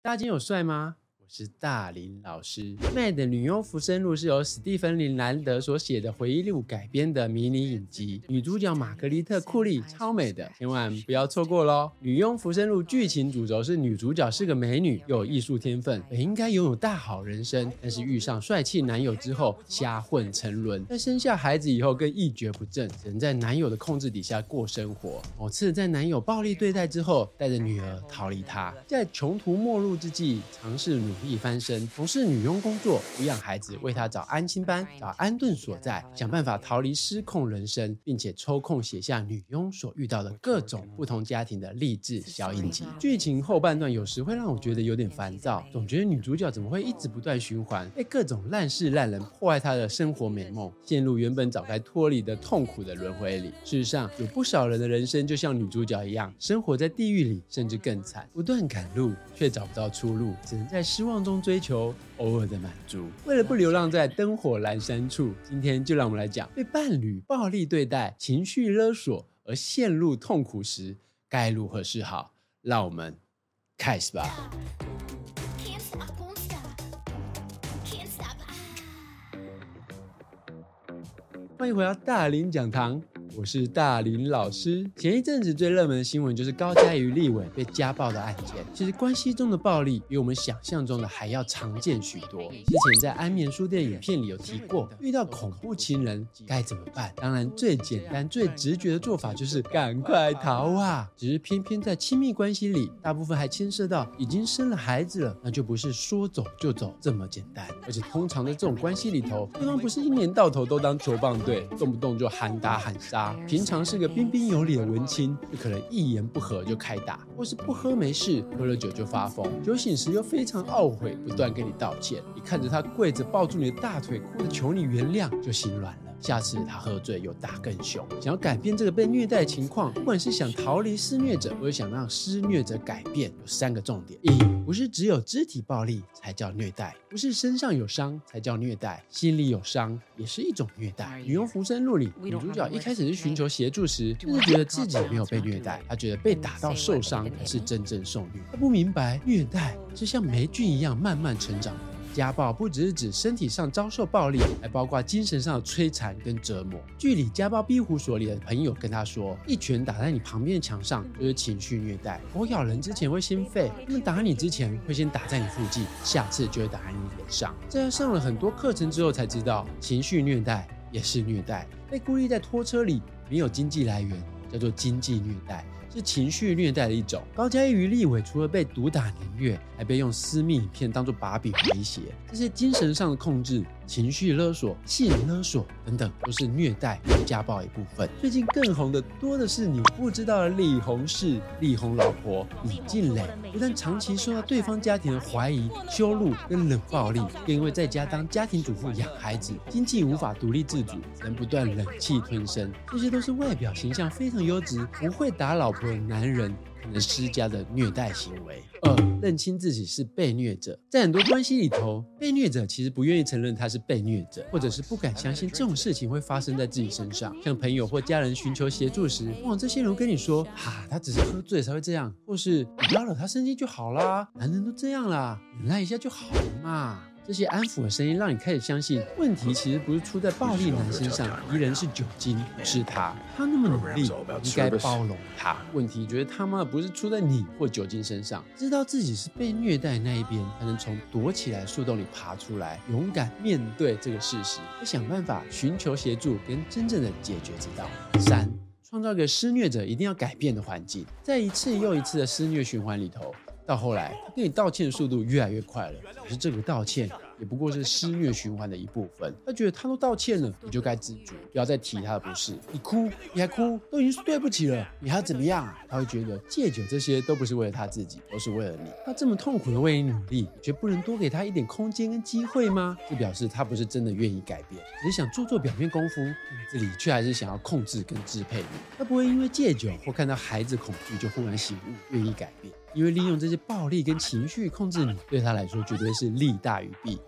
大家今天有帅吗？我是大林老师。《麦的女佣浮生录》是由史蒂芬·林兰德所写的回忆录改编的迷你影集，女主角玛格丽特·库利超美的，千万不要错过咯。女佣浮生录剧情主轴是女主角是个美女，又有艺术天分，本应该拥有大好人生，但是遇上帅气男友之后瞎混沉沦，在生下孩子以后更一蹶不振，只能在男友的控制底下过生活。某次在男友暴力对待之后，带着女儿逃离他，在穷途末路之际尝试努力翻身，从事女佣工作，抚养孩子，为他找安亲班，找安顿所在，想办法逃离失控人生，并且抽空写下女佣所遇到的各种不同家庭的励志小影集。剧情后半段有时会让我觉得有点烦躁，总觉得女主角怎么会一直不断循环，被各种烂事烂人破坏她的生活美梦，陷入原本早该脱离的痛苦的轮回里。事实上，有不少人的人生就像女主角一样，生活在地狱里，甚至更惨，不断赶路却找不到出路，只能在失望中追求偶尔的满足。为了不流浪在灯火阑珊处，今天就让我们来讲被伴侣暴力对待、情绪勒索而陷入痛苦时该如何是好。让我们开始吧。欢迎回到大林讲堂，我是大林老师。前一阵子最热门的新闻就是高嘉瑜立委被家暴的案件。其实关系中的暴力比我们想象中的还要常见许多。之前在安眠书店影片里有提过，遇到恐怖情人该怎么办？当然最简单最直觉的做法就是赶快逃啊！只是偏偏在亲密关系里，大部分还牵涉到已经生了孩子了，那就不是说走就走这么简单。而且通常的这种关系里头，对方不是一年到头都当球棒队，动不动就喊打喊杀，平常是个彬彬有礼的文青，就可能一言不合就开打，或是不喝没事，喝了酒就发疯，酒醒时又非常懊悔，不断跟你道歉。你看着他跪着抱住你的大腿，哭着求你原谅，就心软了。下次他喝醉又打更凶。想要改变这个被虐待的情况，不管是想逃离施虐者，或者想让施虐者改变，有3个重点：一，不是只有肢体暴力才叫虐待，不是身上有伤才叫虐待，心里有伤也是一种虐待。女佣浮生录里，女主角一开始是寻求协助时，就是觉得自己没有被虐待，她觉得被打到受伤才是真正受虐。她不明白虐待是像霉菌一样慢慢成长的。家暴不只是指身体上遭受暴力，还包括精神上的摧残跟折磨。剧里家暴庇护所里的朋友跟他说，一拳打在你旁边的墙上就是情绪虐待，狗咬人之前会先吠，他们打你之前会先打在你附近，下次就会打在你脸上。在上了很多课程之后才知道，情绪虐待也是虐待。被孤立在拖车里没有经济来源，叫做经济虐待，是情绪虐待的一种。高嘉瑜立委除了被毒打凌虐，还被用私密影片当作把柄威胁。这些精神上的控制、情绪勒索、性勒索等等，都是虐待与家暴一部分。最近更红的多的是你不知道的李洪氏、李洪老婆李静蕾，不但长期受到对方家庭的怀疑、羞辱跟冷暴力，更因为在家当家庭主妇养孩子，经济无法独立自主，只能不断忍气吞声。这些都是外表形象非常优质、不会打老婆的男人可能施加的虐待行为。2，认清自己是被虐者。在很多关系里头，被虐者其实不愿意承认他是被虐者，或者是不敢相信这种事情会发生在自己身上。向朋友或家人寻求协助时，往往这些人跟你说他只是喝醉才会这样，或是你不要惹他生气就好啦，男人都这样啦，忍耐一下就好了嘛。这些安抚的声音让你开始相信，问题其实不是出在暴力男身上，敌人是酒精，不是他那么努力，应该包容他。问题觉得他妈不是出在你或酒精身上，知道自己是被虐待的那一边，才能从躲起来树洞里爬出来，勇敢面对这个事实，再想办法寻求协助跟真正的解决之道。3，创造一个施虐者一定要改变的环境。在一次又一次的施虐循环里头，到后来他跟你道歉的速度越来越快了，可是这个道歉也不过是施虐循环的一部分。他觉得他都道歉了，你就该知足，不要再提他的不是。你哭你还哭，都已经说对不起了，你还要怎么样啊？他会觉得戒酒这些都不是为了他自己，都是为了你。他这么痛苦的为你努力，你却不能多给他一点空间跟机会吗？这表示他不是真的愿意改变，只是想做表面功夫，这里却还是想要控制跟支配你。他不会因为戒酒或看到孩子恐惧就忽然醒悟，愿意改变。因为利用这些暴力跟情绪控制你，对他来说绝对是利大于弊。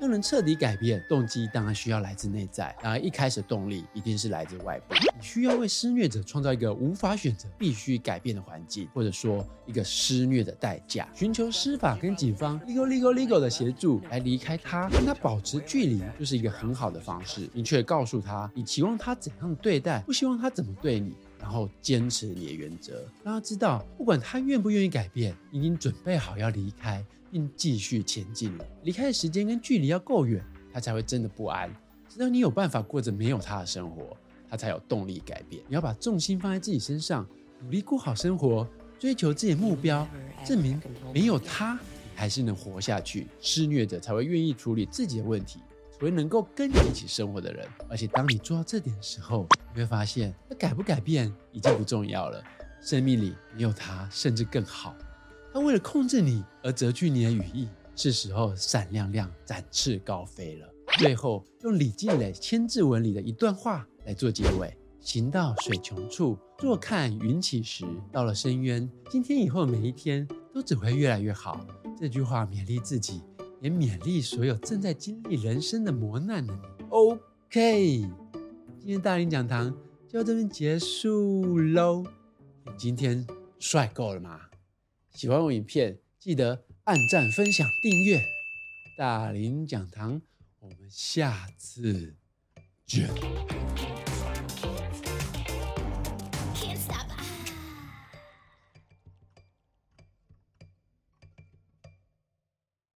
要能彻底改变，动机当然需要来自内在，然而一开始动力一定是来自外部。你需要为施虐者创造一个无法选择、必须改变的环境，或者说一个施虐的代价，寻求司法跟警方 legal 的协助来离开他，跟他保持距离，就是一个很好的方式。明确告诉他你期望他怎样对待，不希望他怎么对你，然后坚持你的原则，让他知道不管他愿不愿意改变，你已经准备好要离开并继续前进了。离开的时间跟距离要够远，他才会真的不安，直到你有办法过着没有他的生活，他才有动力改变。你要把重心放在自己身上，努力过好生活，追求自己的目标，证明没有他你还是能活下去。施虐者才会愿意处理自己的问题，成为能够跟你一起生活的人。而且当你做到这点的时候，你会发现他改不改变已经不重要了，生命里没有他甚至更好。他为了控制你而折去你的羽翼，是时候闪亮亮展翅高飞了。最后用李静蕾《千字文》里的一段话来做结尾：行到水穷处，坐看云起时。到了深渊，今天以后每一天都只会越来越好。这句话勉励自己，也勉励所有正在经历人生的磨难的你。OK， 今天大林讲堂就到这边结束喽。你今天帅够了吗？喜欢我影片，记得按赞、分享、订阅。大林讲堂，我们下次见。